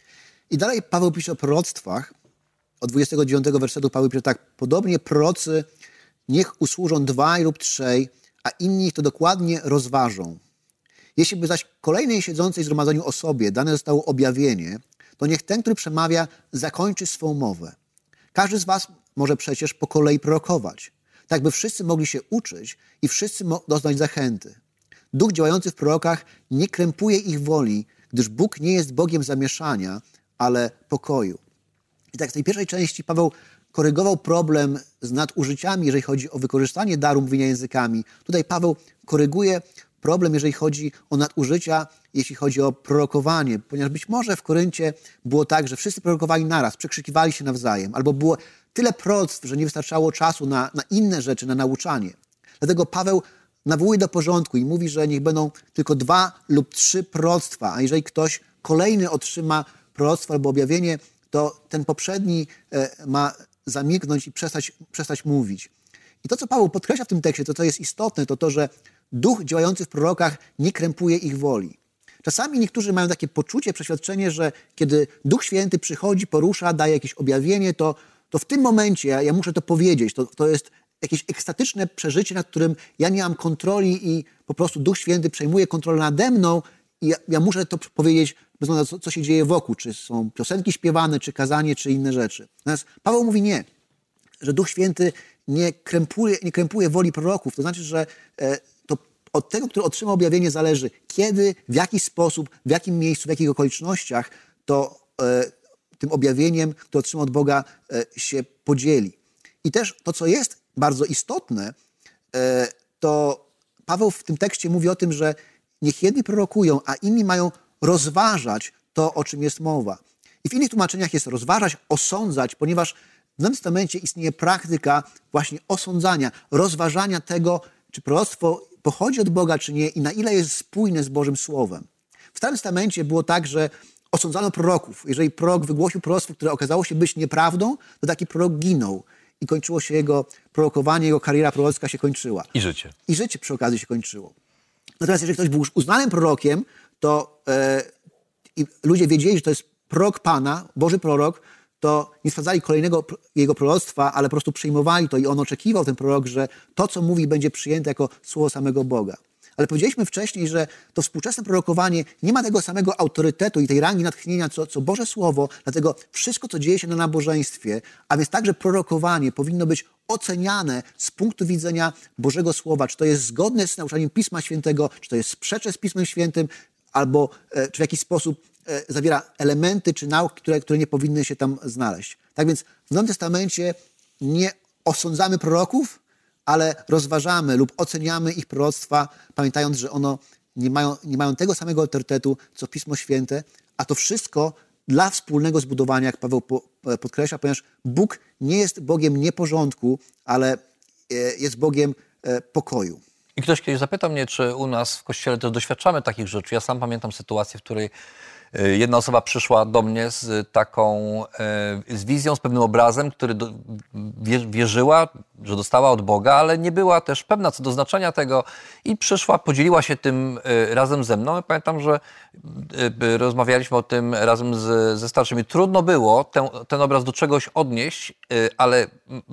[SPEAKER 2] I dalej Paweł pisze o proroctwach. Od dwudziestego dziewiątego wersetu Paweł pisze tak. Podobnie prorocy niech usłużą dwaj lub trzej, a inni to dokładnie rozważą. Jeśli by zaś kolejnej siedzącej zgromadzeniu osobie dane zostało objawienie, to niech ten, który przemawia, zakończy swą mowę. Każdy z was może przecież po kolei prorokować, tak by wszyscy mogli się uczyć i wszyscy doznać zachęty. Duch działający w prorokach nie krępuje ich woli, gdyż Bóg nie jest Bogiem zamieszania, ale pokoju. I tak w tej pierwszej części Paweł korygował problem z nadużyciami, jeżeli chodzi o wykorzystanie daru mówienia językami. Tutaj Paweł koryguje problem, jeżeli chodzi o nadużycia, jeśli chodzi o prorokowanie, ponieważ być może w Koryncie było tak, że wszyscy prorokowali naraz, przekrzykiwali się nawzajem, albo było tyle proroctw, że nie wystarczało czasu na, na inne rzeczy, na nauczanie. Dlatego Paweł nawołuje do porządku i mówi, że niech będą tylko dwa lub trzy proroctwa, a jeżeli ktoś kolejny otrzyma proroctwo albo objawienie, to ten poprzedni ma zamilknąć i przestać, przestać mówić. I to, co Paweł podkreśla w tym tekście, to co jest istotne, to to, że duch działający w prorokach nie krępuje ich woli. Czasami niektórzy mają takie poczucie, przeświadczenie, że kiedy Duch Święty przychodzi, porusza, daje jakieś objawienie, to, to w tym momencie, ja, ja muszę to powiedzieć, to, to jest jakieś ekstatyczne przeżycie, nad którym ja nie mam kontroli i po prostu Duch Święty przejmuje kontrolę nade mną i ja, ja muszę to powiedzieć bez względu na to, co się dzieje wokół, czy są piosenki śpiewane, czy kazanie, czy inne rzeczy. Natomiast Paweł mówi nie, że Duch Święty nie krępuje, nie krępuje woli proroków. To znaczy, że e, to od tego, który otrzyma objawienie, zależy kiedy, w jaki sposób, w jakim miejscu, w jakich okolicznościach to e, tym objawieniem, które otrzyma od Boga, e, się podzieli. I też to, co jest bardzo istotne, e, to Paweł w tym tekście mówi o tym, że niech jedni prorokują, a inni mają rozważać to, o czym jest mowa. I w innych tłumaczeniach jest rozważać, osądzać, ponieważ w Nowym Testamencie istnieje praktyka właśnie osądzania, rozważania tego, czy proroctwo pochodzi od Boga, czy nie i na ile jest spójne z Bożym Słowem. W Starym Testamencie było tak, że osądzano proroków. Jeżeli prorok wygłosił proroctwo, które okazało się być nieprawdą, to taki prorok ginął i kończyło się jego prorokowanie, jego kariera prorocka się kończyła.
[SPEAKER 1] I życie.
[SPEAKER 2] I życie przy okazji się kończyło. Natomiast jeżeli ktoś był już uznanym prorokiem, to e, i ludzie wiedzieli, że to jest prorok Pana, Boży prorok, to nie sprawdzali kolejnego jego proroctwa, ale po prostu przyjmowali to i on oczekiwał, ten prorok, że to, co mówi, będzie przyjęte jako słowo samego Boga. Ale powiedzieliśmy wcześniej, że to współczesne prorokowanie nie ma tego samego autorytetu i tej rangi natchnienia, co, co Boże Słowo, dlatego wszystko, co dzieje się na nabożeństwie, a więc także prorokowanie powinno być oceniane z punktu widzenia Bożego Słowa, czy to jest zgodne z nauczaniem Pisma Świętego, czy to jest sprzeczne z Pismem Świętym, albo e, czy w jakiś sposób e, zawiera elementy czy nauk, które, które nie powinny się tam znaleźć. Tak więc w Nowym Testamencie nie osądzamy proroków, ale rozważamy lub oceniamy ich proroctwa, pamiętając, że ono nie mają, nie mają tego samego autorytetu, co Pismo Święte, a to wszystko dla wspólnego zbudowania, jak Paweł po, podkreśla, ponieważ Bóg nie jest Bogiem nieporządku, ale jest Bogiem pokoju.
[SPEAKER 1] I ktoś kiedyś zapytał mnie, czy u nas w Kościele też doświadczamy takich rzeczy. Ja sam pamiętam sytuację, w której jedna osoba przyszła do mnie z taką, z wizją, z pewnym obrazem, który do, wierzyła, że dostała od Boga, ale nie była też pewna co do znaczenia tego i przyszła, podzieliła się tym razem ze mną. I pamiętam, że rozmawialiśmy o tym razem z, ze starszymi. Trudno było ten, ten obraz do czegoś odnieść, ale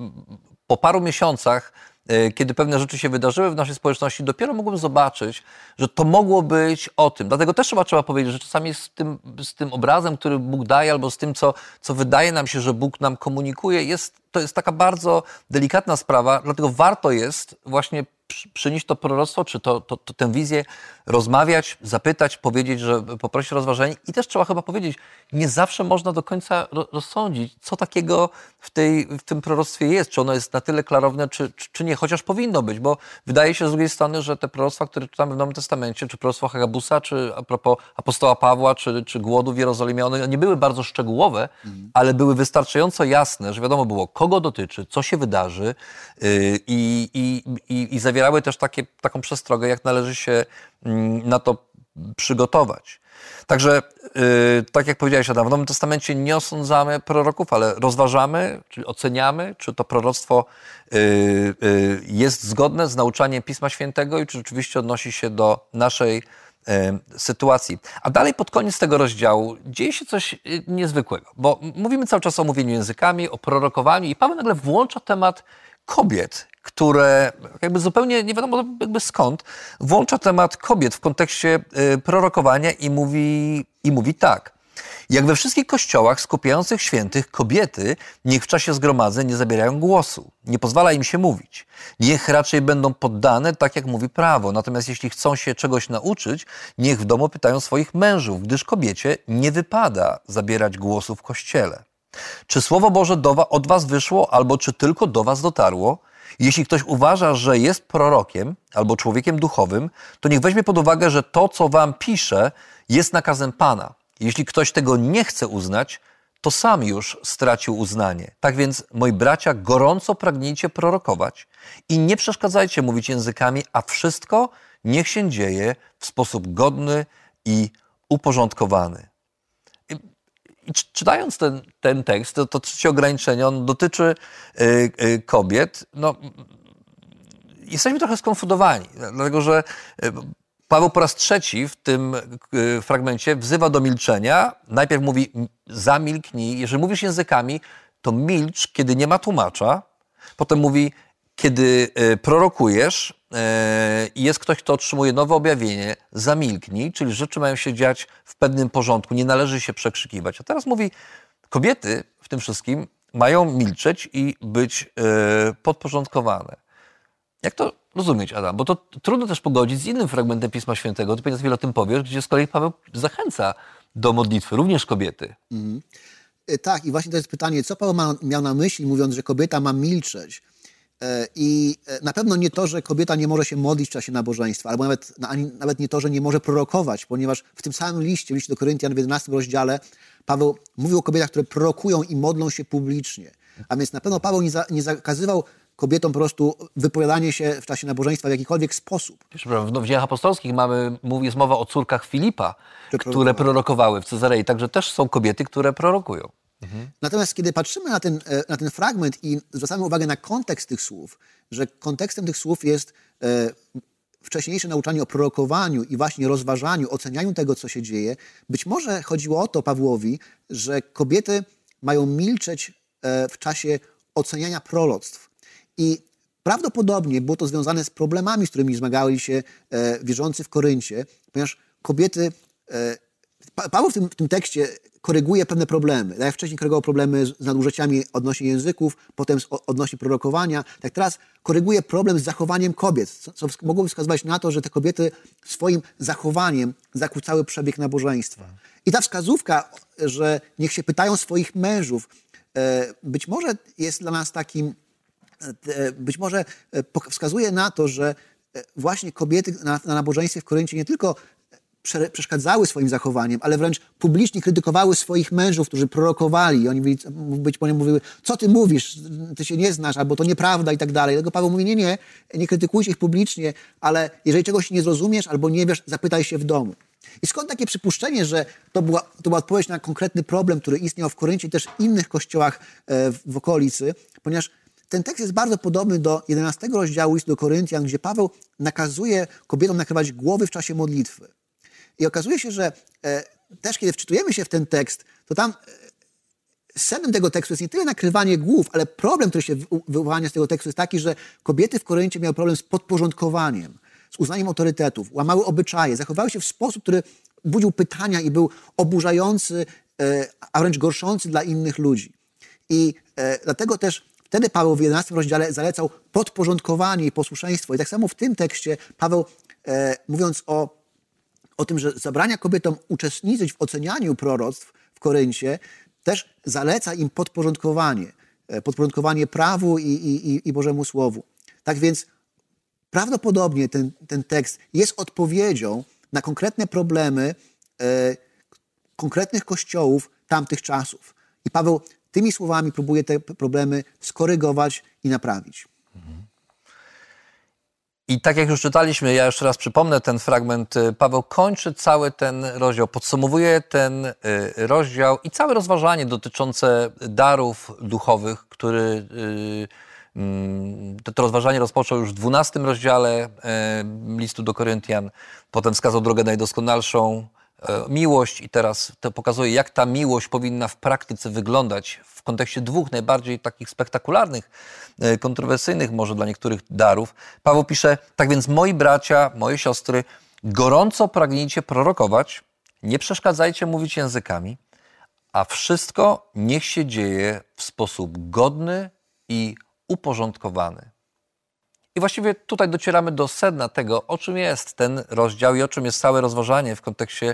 [SPEAKER 1] po paru miesiącach, kiedy pewne rzeczy się wydarzyły w naszej społeczności, dopiero mogłem zobaczyć, że to mogło być o tym. Dlatego też trzeba, trzeba powiedzieć, że czasami z tym, z tym obrazem, który Bóg daje, albo z tym, co, co wydaje nam się, że Bóg nam komunikuje, jest, to jest taka bardzo delikatna sprawa, dlatego warto jest właśnie przynieść to proroctwo, czy to, to, to tę wizję, rozmawiać, zapytać, powiedzieć, że poprosić o rozważenie. I też trzeba chyba powiedzieć, nie zawsze można do końca rozsądzić, co takiego w, tej, w tym proroctwie jest, czy ono jest na tyle klarowne, czy, czy, czy nie, chociaż powinno być, bo wydaje się z drugiej strony, że te proroctwa, które czytamy w Nowym Testamencie, czy proroctwo Hagabusa, czy a propos apostoła Pawła, czy, czy głodu w Jerozolimie, one nie były bardzo szczegółowe, mhm. ale były wystarczająco jasne, że wiadomo było, kogo dotyczy, co się wydarzy yy, i, i, i, i zawierały też takie, taką przestrogę, jak należy się na to przygotować. Także, yy, tak jak powiedziałeś, Adam, w Nowym Testamencie nie osądzamy proroków, ale rozważamy, czyli oceniamy, czy to proroctwo yy, yy, jest zgodne z nauczaniem Pisma Świętego i czy rzeczywiście odnosi się do naszej yy, sytuacji. A dalej pod koniec tego rozdziału dzieje się coś yy, niezwykłego, bo mówimy cały czas o mówieniu językami, o prorokowaniu i Paweł nagle włącza temat kobiet, które jakby zupełnie nie wiadomo jakby skąd, włącza temat kobiet w kontekście y, prorokowania i mówi, i mówi tak. Jak we wszystkich kościołach skupiających świętych, kobiety niech w czasie zgromadzeń nie zabierają głosu. Nie pozwala im się mówić. Niech raczej będą poddane, tak jak mówi prawo. Natomiast jeśli chcą się czegoś nauczyć, niech w domu pytają swoich mężów, gdyż kobiecie nie wypada zabierać głosu w kościele. Czy Słowo Boże do wa- od was wyszło, albo czy tylko do was dotarło? Jeśli ktoś uważa, że jest prorokiem albo człowiekiem duchowym, to niech weźmie pod uwagę, że to, co wam pisze, jest nakazem Pana. Jeśli ktoś tego nie chce uznać, to sam już stracił uznanie. Tak więc, moi bracia, gorąco pragnijcie prorokować i nie przeszkadzajcie mówić językami, a wszystko niech się dzieje w sposób godny i uporządkowany. I czytając ten, ten tekst, to, to trzecie ograniczenie, on dotyczy y, y, kobiet. No, jesteśmy trochę skonfundowani, dlatego że Paweł po raz trzeci w tym y, fragmencie wzywa do milczenia. Najpierw mówi zamilknij, jeżeli mówisz językami, to milcz, kiedy nie ma tłumacza. Potem mówi, kiedy y, prorokujesz i y, jest ktoś, kto otrzymuje nowe objawienie, zamilknij, czyli rzeczy mają się dziać w pewnym porządku, nie należy się przekrzykiwać. A teraz mówi, kobiety w tym wszystkim mają milczeć i być y, podporządkowane. Jak to rozumieć, Adam? Bo to trudno też pogodzić z innym fragmentem Pisma Świętego, ty pewnie o tym powiesz, gdzie z kolei Paweł zachęca do modlitwy, również kobiety.
[SPEAKER 2] Mhm. Tak, i właśnie to jest pytanie, co Paweł ma, miał na myśli, mówiąc, że kobieta ma milczeć. I na pewno nie to, że kobieta nie może się modlić w czasie nabożeństwa, albo nawet, ani nawet nie to, że nie może prorokować, ponieważ w tym samym liście, w liście do Koryntian w jedenastym rozdziale, Paweł mówił o kobietach, które prorokują i modlą się publicznie. A więc na pewno Paweł nie, za, nie zakazywał kobietom po prostu wypowiadanie się w czasie nabożeństwa w jakikolwiek sposób.
[SPEAKER 1] W Dziejach Apostolskich mamy, jest mowa o córkach Filipa, które prorokowały w Cezarei. Także też są kobiety, które prorokują.
[SPEAKER 2] Mhm. Natomiast kiedy patrzymy na ten, na ten fragment i zwracamy uwagę na kontekst tych słów, że kontekstem tych słów jest e, wcześniejsze nauczanie o prorokowaniu i właśnie rozważaniu, ocenianiu tego, co się dzieje, być może chodziło o to Pawłowi, że kobiety mają milczeć e, w czasie oceniania proroctw. I prawdopodobnie było to związane z problemami, z którymi zmagali się e, wierzący w Koryncie, ponieważ kobiety... E, Paweł w tym, w tym tekście koryguje pewne problemy. Tak jak wcześniej korygował problemy z nadużyciami odnośnie języków, potem z, odnośnie prorokowania, tak teraz koryguje problem z zachowaniem kobiet, co, co mogłoby wskazywać na to, że te kobiety swoim zachowaniem zakłócały przebieg nabożeństwa. I ta wskazówka, że niech się pytają swoich mężów, e, być może jest dla nas takim, e, być może wskazuje na to, że właśnie kobiety na, na nabożeństwie w Koryncie nie tylko przeszkadzały swoim zachowaniem, ale wręcz publicznie krytykowały swoich mężów, którzy prorokowali. Oni byli, być może mówiły, co ty mówisz, ty się nie znasz, albo to nieprawda i tak dalej. Dlatego Paweł mówi, nie, nie, nie krytykujcie ich publicznie, ale jeżeli czegoś nie zrozumiesz albo nie wiesz, zapytaj się w domu. I skąd takie przypuszczenie, że to była, to była odpowiedź na konkretny problem, który istniał w Koryncie i też w innych kościołach w, w okolicy, ponieważ ten tekst jest bardzo podobny do jedenastego rozdziału listu do Koryntian, gdzie Paweł nakazuje kobietom nakrywać głowy w czasie modlitwy. I okazuje się, że e, też kiedy wczytujemy się w ten tekst, to tam e, sednem tego tekstu jest nie tyle nakrywanie głów, ale problem, który się wyłania z tego tekstu jest taki, że kobiety w Koryncie miały problem z podporządkowaniem, z uznaniem autorytetów, łamały obyczaje, zachowały się w sposób, który budził pytania i był oburzający, e, a wręcz gorszący dla innych ludzi. I e, dlatego też wtedy Paweł w jedenastym rozdziale zalecał podporządkowanie i posłuszeństwo. I tak samo w tym tekście Paweł, e, mówiąc o o tym, że zabrania kobietom uczestniczyć w ocenianiu proroctw w Koryncie, też zaleca im podporządkowanie. Podporządkowanie prawu i, i, i Bożemu Słowu. Tak więc prawdopodobnie ten, ten tekst jest odpowiedzią na konkretne problemy e, konkretnych kościołów tamtych czasów. I Paweł tymi słowami próbuje te problemy skorygować i naprawić.
[SPEAKER 1] I tak jak już czytaliśmy, ja jeszcze raz przypomnę ten fragment, Paweł kończy cały ten rozdział, podsumowuje ten rozdział i całe rozważanie dotyczące darów duchowych, który to, to rozważanie rozpoczął już w dwunastym rozdziale listu do Koryntian, potem wskazał drogę najdoskonalszą, miłość i teraz to pokazuje, jak ta miłość powinna w praktyce wyglądać w kontekście dwóch najbardziej takich spektakularnych, kontrowersyjnych może dla niektórych darów. Paweł pisze, tak więc moi bracia, moje siostry, gorąco pragnijcie prorokować, nie przeszkadzajcie mówić językami, a wszystko niech się dzieje w sposób godny i uporządkowany. I właściwie tutaj docieramy do sedna tego, o czym jest ten rozdział i o czym jest całe rozważanie w kontekście,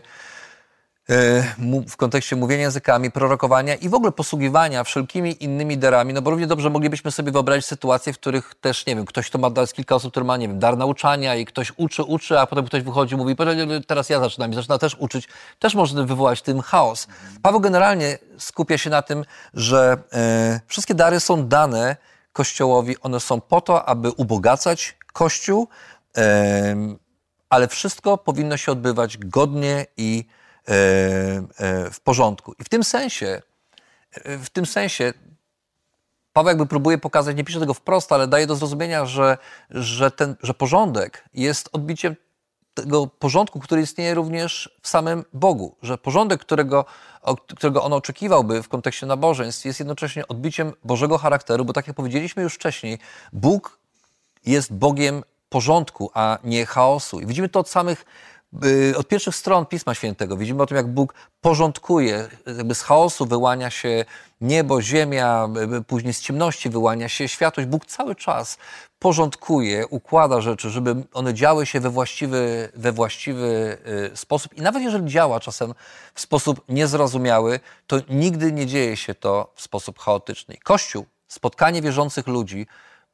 [SPEAKER 1] w kontekście mówienia językami, prorokowania i w ogóle posługiwania wszelkimi innymi darami. No bo równie dobrze moglibyśmy sobie wyobrazić sytuacje, w których też, nie wiem, ktoś, kto ma dar, jest kilka osób, które ma, nie wiem, dar nauczania i ktoś uczy, uczy, a potem ktoś wychodzi i mówi, teraz ja zaczynam i zaczyna też uczyć. Też może wywołać w tym chaos. Paweł generalnie skupia się na tym, że e, wszystkie dary są dane Kościołowi, one są po to, aby ubogacać Kościół, ale wszystko powinno się odbywać godnie i w porządku. I w tym sensie, w tym sensie Paweł jakby próbuje pokazać, nie pisze tego wprost, ale daje do zrozumienia, że, że, ten, że porządek jest odbiciem tego porządku, który istnieje również w samym Bogu. Że porządek, którego, którego on oczekiwałby w kontekście nabożeństw, jest jednocześnie odbiciem Bożego charakteru, bo tak jak powiedzieliśmy już wcześniej, Bóg jest Bogiem porządku, a nie chaosu. I widzimy to od samych, od pierwszych stron Pisma Świętego. Widzimy o tym, jak Bóg porządkuje, jakby z chaosu wyłania się niebo, ziemia, później z ciemności wyłania się światłość. Bóg cały czas porządkuje, układa rzeczy, żeby one działy się we właściwy, we właściwy sposób. I nawet jeżeli działa czasem w sposób niezrozumiały, to nigdy nie dzieje się to w sposób chaotyczny. Kościół, spotkanie wierzących ludzi,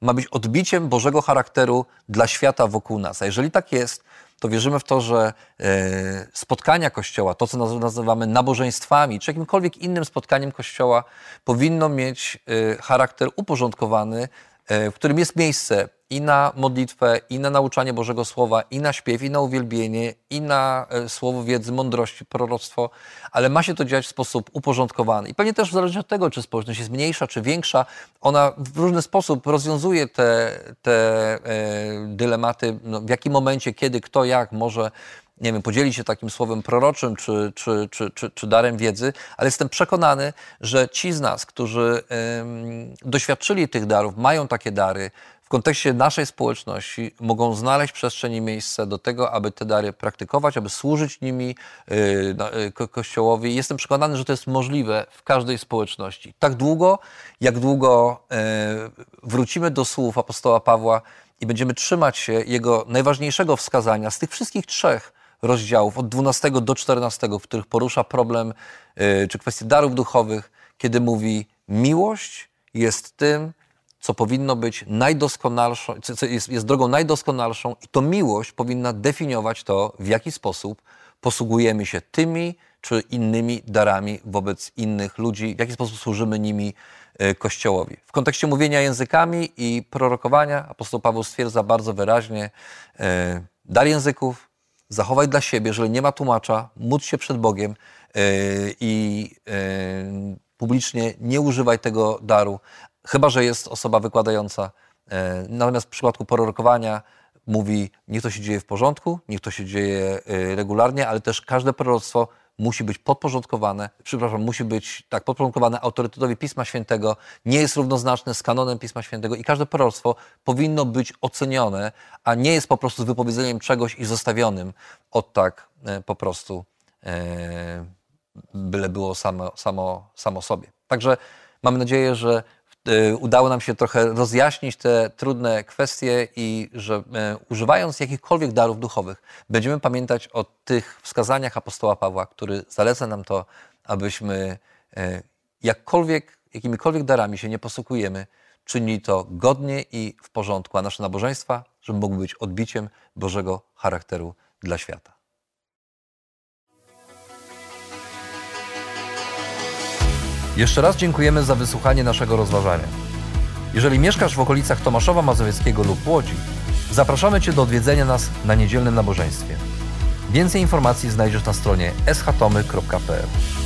[SPEAKER 1] ma być odbiciem Bożego charakteru dla świata wokół nas. A jeżeli tak jest, to wierzymy w to, że e, spotkania Kościoła, to co nazywamy nabożeństwami, czy jakimkolwiek innym spotkaniem Kościoła, powinno mieć e, charakter uporządkowany, e, w którym jest miejsce i na modlitwę, i na nauczanie Bożego Słowa, i na śpiew, i na uwielbienie, i na e, słowo wiedzy, mądrości, proroctwo, ale ma się to dziać w sposób uporządkowany. I pewnie też w zależności od tego, czy społeczność jest mniejsza, czy większa, ona w różny sposób rozwiązuje te, te e, dylematy, no, w jakim momencie, kiedy, kto, jak może, nie wiem, podzielić się takim słowem proroczym, czy, czy, czy, czy, czy darem wiedzy, ale jestem przekonany, że ci z nas, którzy ym, doświadczyli tych darów, mają takie dary, w kontekście naszej społeczności mogą znaleźć przestrzeń i miejsce do tego, aby te dary praktykować, aby służyć nimi yy, ko- Kościołowi. Jestem przekonany, że to jest możliwe w każdej społeczności. Tak długo, jak długo yy, wrócimy do słów apostoła Pawła i będziemy trzymać się jego najważniejszego wskazania z tych wszystkich trzech rozdziałów, od dwunastego do czternastego, w których porusza problem yy, czy kwestię darów duchowych, kiedy mówi: miłość jest tym, co powinno być najdoskonalszą, co jest, jest drogą najdoskonalszą, i to miłość powinna definiować to, w jaki sposób posługujemy się tymi czy innymi darami wobec innych ludzi, w jaki sposób służymy nimi Kościołowi. W kontekście mówienia językami i prorokowania apostoł Paweł stwierdza bardzo wyraźnie: dar języków zachowaj dla siebie, jeżeli nie ma tłumacza, módl się przed Bogiem i publicznie nie używaj tego daru, chyba że jest osoba wykładająca. Natomiast w przypadku prorokowania mówi: niech to się dzieje w porządku, niech to się dzieje regularnie, ale też każde proroctwo musi być podporządkowane, przepraszam, musi być tak podporządkowane autorytetowi Pisma Świętego, nie jest równoznaczne z kanonem Pisma Świętego i każde proroctwo powinno być ocenione, a nie jest po prostu wypowiedzeniem czegoś i zostawionym od tak po prostu e, byle było samo, samo, samo sobie. Także mamy nadzieję, że udało nam się trochę rozjaśnić te trudne kwestie i że e, używając jakichkolwiek darów duchowych będziemy pamiętać o tych wskazaniach apostoła Pawła, który zaleca nam to, abyśmy e, jakkolwiek, jakimikolwiek darami się nie posługujemy, czynili to godnie i w porządku, a nasze nabożeństwa, żeby mogły być odbiciem Bożego charakteru dla świata. Jeszcze raz dziękujemy za wysłuchanie naszego rozważania. Jeżeli mieszkasz w okolicach Tomaszowa Mazowieckiego lub Łodzi, zapraszamy Cię do odwiedzenia nas na niedzielnym nabożeństwie. Więcej informacji znajdziesz na stronie s h tomy kropka p l.